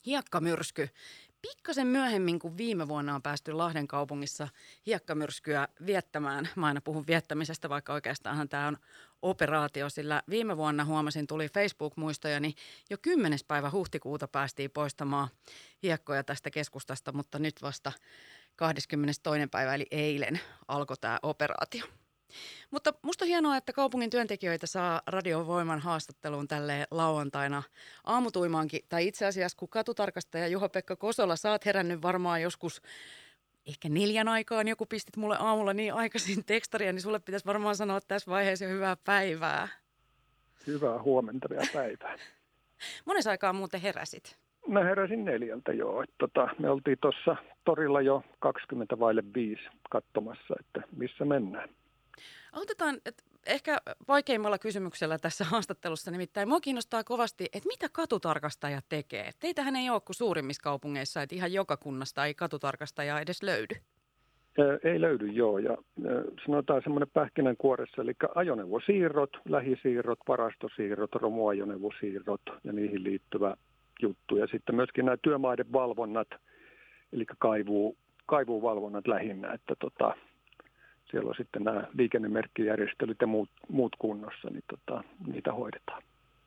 Hiekkamyrsky. Pikkasen myöhemmin kuin viime vuonna on päästy Lahden kaupungissa hiekkamyrskyä viettämään. Mä aina puhun viettämisestä, vaikka oikeastaanhan tämä on operaatio, sillä viime vuonna huomasin, tuli Facebook-muistojani, jo 10. päivä huhtikuuta päästiin poistamaan hiekkoja tästä keskustasta, mutta nyt vasta 22. päivä eli eilen alkoi tämä operaatio. Mutta musta on hienoa, että kaupungin työntekijöitä saa Radiovoiman haastatteluun tälleen lauantaina aamutuimaankin. Tai itse asiassa, kun katutarkastaja Juha-Pekka Kosola, sä oot herännyt varmaan joskus ehkä 4 aikaan. Joku pistit mulle aamulla niin aikaisin tekstaria, niin sulle pitäisi varmaan sanoa tässä vaiheessa jo hyvää päivää. Hyvää huomenta ja päivää. Mones aikaa muuten heräsit? Mä heräsin 4 joo. Me oltiin tuossa torilla jo 20:05 katsomassa, että missä mennään. Aloitetaan ehkä vaikeimmalla kysymyksellä tässä haastattelussa, nimittäin mua kiinnostaa kovasti, että mitä katutarkastaja tekee. Teitähän ei ole kuin suurimmissa kaupungeissa, että ihan joka kunnasta ei katutarkastajaa edes löydy. Ei löydy joo, ja sanotaan semmoinen pähkinänkuoressa, eli ajoneuvosiirrot, lähisiirrot, varastosiirrot, romuajoneuvosiirrot ja niihin liittyvä juttu. Ja sitten myöskin nämä työmaiden valvonnat, eli kaivuuvalvonnat lähinnä, että siellä on sitten nämä liikennemerkkijärjestelyt ja muut kunnossa, niin niitä hoidetaan.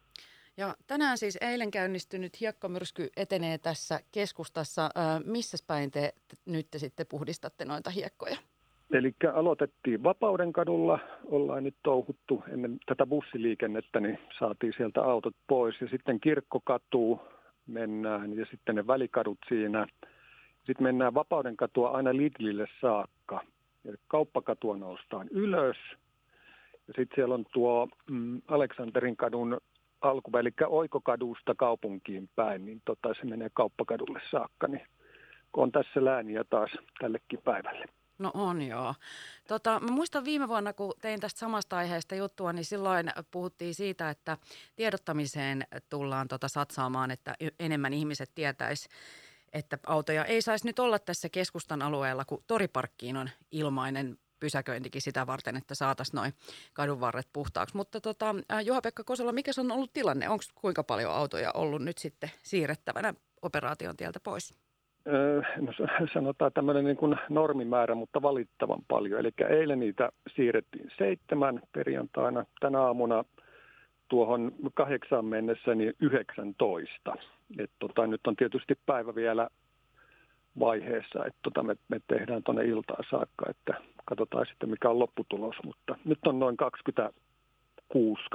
Ja tänään siis eilen käynnistynyt hiekkamyrsky etenee tässä keskustassa. Missäs päin te nyt sitten puhdistatte noita hiekkoja? Eli aloitettiin Vapaudenkadulla, ollaan nyt touhuttu ennen tätä bussiliikennettä, niin saatiin sieltä autot pois. Ja sitten Kirkkokatuun mennään ja sitten ne välikadut siinä. Sitten mennään Vapaudenkatua aina Lidlille saakka. Ja Kauppakatua noustaan ylös. Ja sitten siellä on tuo Aleksanterin kadun alkuväli, eli Oikokadusta kaupunkiin päin, niin se menee Kauppakadulle saakka. Niin on tässä lääniä taas tällekin päivälle. No on joo. Mä muistan viime vuonna, kun tein tästä samasta aiheesta juttua, niin silloin puhuttiin siitä, että tiedottamiseen tullaan satsaamaan, että enemmän ihmiset tietäisi, että autoja ei saisi nyt olla tässä keskustan alueella, kun toriparkkiin on ilmainen pysäköintikin sitä varten, että saataisiin noin kadunvarret puhtaaksi. Mutta Juha-Pekka Kosola, mikä on ollut tilanne? Onko kuinka paljon autoja ollut nyt sitten siirrettävänä operaation tieltä pois? No sanotaan tämmöinen niin kuin normimäärä, mutta valittavan paljon. Eli eilen niitä siirrettiin 7 perjantaina. Tänä aamuna tuohon 8 mennessä niin 19. Nyt on tietysti päivä vielä vaiheessa, että me tehdään tuonne iltaan saakka, että katsotaan sitten mikä on lopputulos. Mutta nyt on noin 26-27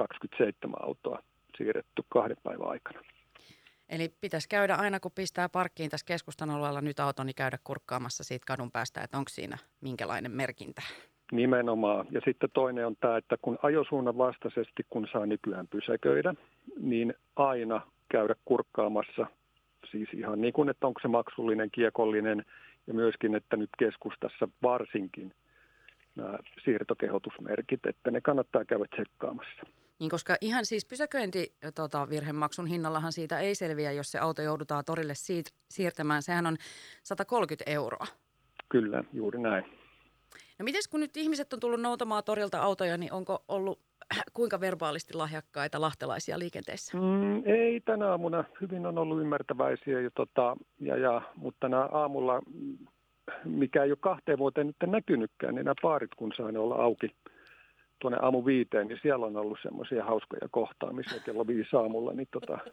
autoa siirretty 2 päivän aikana. Eli pitäisi käydä aina, kun pistää parkkiin tässä keskustan alueella nyt auton, niin käydä kurkkaamassa siitä kadun päästä, että onko siinä minkälainen merkintä? Nimenomaan. Ja sitten toinen on tämä, että kun ajosuunnan vastaisesti, kun saa nykyään pysäköidä, niin aina käydä kurkkaamassa, siis ihan niin kuin, että onko se maksullinen, kiekollinen ja myöskin, että nyt keskustassa varsinkin nämä siirtokehotusmerkit, että ne kannattaa käydä tsekkaamassa. Niin, koska ihan siis pysäköintivirhemaksun hinnallahan siitä ei selviä, jos se auto joudutaan torille siirtämään. Sehän on 130 €. Kyllä, juuri näin. No mites kun nyt ihmiset on tullut noutamaan torilta autoja, niin onko ollut kuinka verbaalisti lahjakkaita lahtelaisia liikenteessä? Ei tänä aamuna. Hyvin on ollut ymmärtäväisiä, mutta tänä aamulla, mikä ei ole 2 vuoteen nyt näkynytkään, niin nämä baarit kun saa ne olla auki tuonne aamu 5, niin siellä on ollut semmoisia hauskoja kohtaamisia kello 5 aamulla. Niin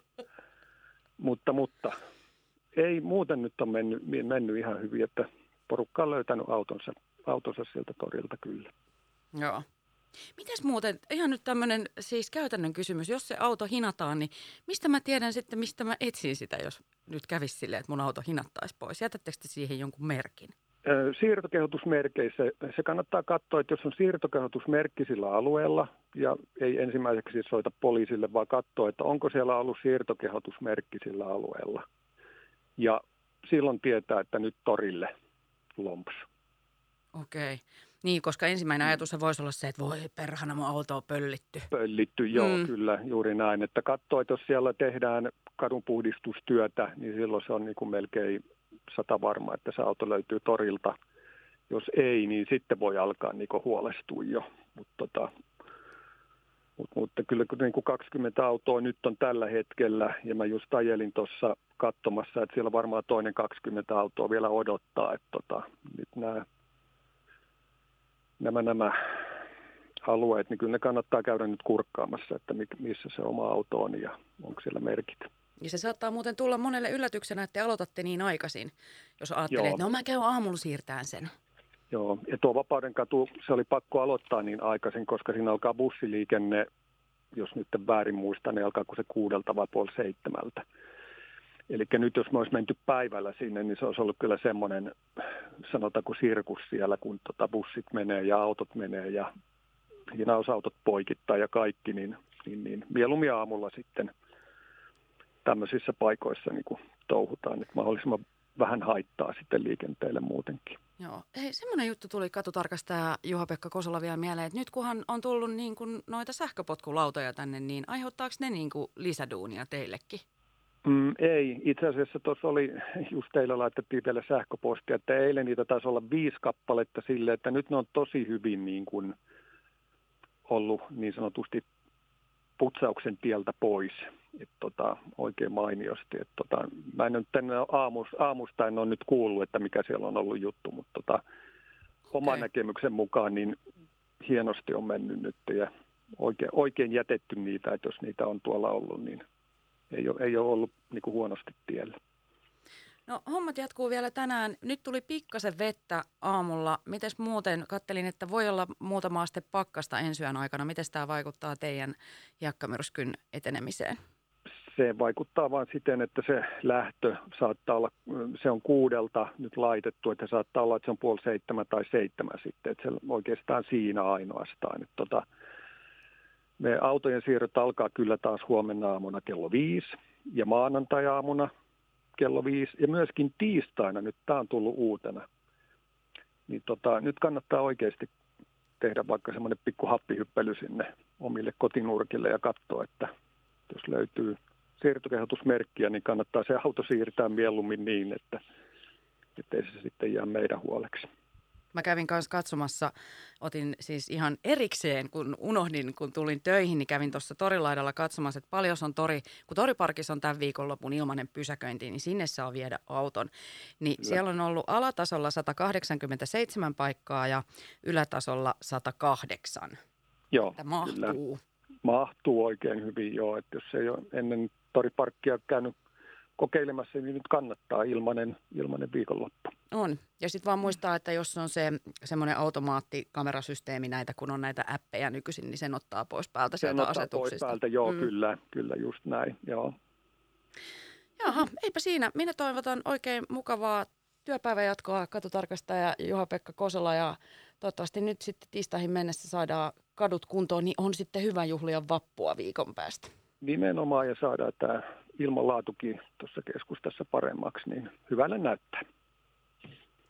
mutta ei muuten nyt on mennyt ihan hyvin, että porukka on löytänyt autonsa sieltä torilta kyllä. Joo. Mites muuten, ihan nyt tämmöinen siis käytännön kysymys, jos se auto hinataan, niin mistä mä tiedän sitten, mistä mä etsin sitä, jos nyt kävisi silleen, että mun auto hinattaisi pois? Jätättekö te siihen jonkun merkin? Siirtokehotusmerkeissä se kannattaa katsoa, että jos on siirtokehotusmerkki sillä alueella ja ei ensimmäiseksi soita poliisille, vaan katsoa, että onko siellä ollut siirtokehotusmerkki sillä alueella. Ja silloin tietää, että nyt torille lomps. Okei. Niin, koska ensimmäinen ajatus voisi olla se, että voi perhana, mun auto on pöllitty. Pöllitty, joo, kyllä, juuri näin. Että katsoo, että jos siellä tehdään kadunpuhdistustyötä, niin silloin se on niin kuin melkein 100 varma, että se auto löytyy torilta. Jos ei, niin sitten voi alkaa niin kuin huolestua jo. Mutta kyllä niin kuin 20 autoa nyt on tällä hetkellä, ja mä just ajelin tuossa katsomassa, että siellä varmaan toinen 20 autoa vielä odottaa, että nyt nämä alueet, niin kyllä ne kannattaa käydä nyt kurkkaamassa, että missä se oma auto on ja onko siellä merkit. Ja se saattaa muuten tulla monelle yllätyksenä, että te aloitatte niin aikaisin, jos ajattelee, että mä käyn aamulla siirtämään sen. Joo, ja tuo Vapaudenkatu, se oli pakko aloittaa niin aikaisin, koska siinä alkaa bussiliikenne, jos nyt väärin muistan, niin alkaa se 6 vai 6:30. Eli nyt jos me olisi menty päivällä sinne, niin se olisi ollut kyllä semmoinen, sanotaanko sirkus siellä, kun bussit menee ja autot menee ja hinausautot poikittaa ja kaikki, niin mieluummin aamulla sitten tämmöisissä paikoissa niin kuin touhutaan, että mahdollisimman vähän haittaa sitten liikenteelle muutenkin. Joo. Hei, semmoinen juttu tuli katutarkastaja Juha-Pekka Kosola vielä mieleen, että nyt kunhan on tullut niin kuin noita sähköpotkulautoja tänne, niin aiheuttaako ne niin kuin lisäduunia teillekin? Ei. Itse asiassa tuossa oli, just teille laitettiin vielä sähköpostia, että eilen niitä taisi olla 5 kappaletta sille, että nyt ne on tosi hyvin niin kuin ollut niin sanotusti putsauksen tieltä pois. Oikein mainiosti. Mä en nyt tänne aamusta en ole nyt kuullut, että mikä siellä on ollut juttu, mutta oman näkemyksen mukaan niin hienosti on mennyt nyt ja oikein jätetty niitä, että jos niitä on tuolla ollut, niin ei ole ollut niin kuin huonosti tiellä. No hommat jatkuu vielä tänään. Nyt tuli pikkasen vettä aamulla. Mites muuten? Kattelin, että voi olla muutama aste pakkasta ensi yön aikana. Miten tämä vaikuttaa teidän hiekkamyrskyn etenemiseen? Se vaikuttaa vain siten, että se lähtö saattaa olla, se on 6 nyt laitettu, että saattaa olla, että se on 6:30 tai 7 sitten, että se oikeastaan siinä ainoastaan. Me autojen siirrot alkaa kyllä taas huomenna aamuna kello 5 ja maanantai-aamuna kello 5 ja myöskin tiistaina, nyt tämä on tullut uutena. Niin nyt kannattaa oikeasti tehdä vaikka semmoinen pikku happihyppely sinne omille kotinurkille ja katsoa, että jos löytyy siirtokehotusmerkkiä, niin kannattaa se auto siirtää mieluummin niin, että ei se sitten jää meidän huoleksi. Mä kävin kanssa katsomassa, otin siis ihan erikseen, kun unohdin, kun tulin töihin, niin kävin tuossa torilaidalla katsomassa, että paljon on kun Toriparkissa on tämän viikonlopun ilmainen pysäköinti, niin sinne saa viedä auton. Niin kyllä. Siellä on ollut alatasolla 187 paikkaa ja ylätasolla 108. Joo, että mahtuu. Kyllä. Mahtuu oikein hyvin, joo. Että jos ei ole ennen Toriparkkia käynyt kokeilemassa, niin nyt kannattaa ilmainen viikonloppu. On. Ja sitten vaan muistaa, että jos on semmoinen automaattikamerasysteemi näitä, kun on näitä appeja nykyisin, niin sen ottaa pois päältä sieltä asetuksista. Pois päältä, joo, kyllä just näin, joo. Jaha, eipä siinä. Minä toivotan oikein mukavaa työpäivänjatkoa katutarkastaja Juha-Pekka Kosola ja toivottavasti nyt sitten tiistaihin mennessä saadaan kadut kuntoon, niin on sitten hyvä juhlia vappua viikon päästä. Nimenomaan ja saadaan tämä ilmanlaatukin tuossa keskustassa paremmaksi, niin hyvälle näyttää.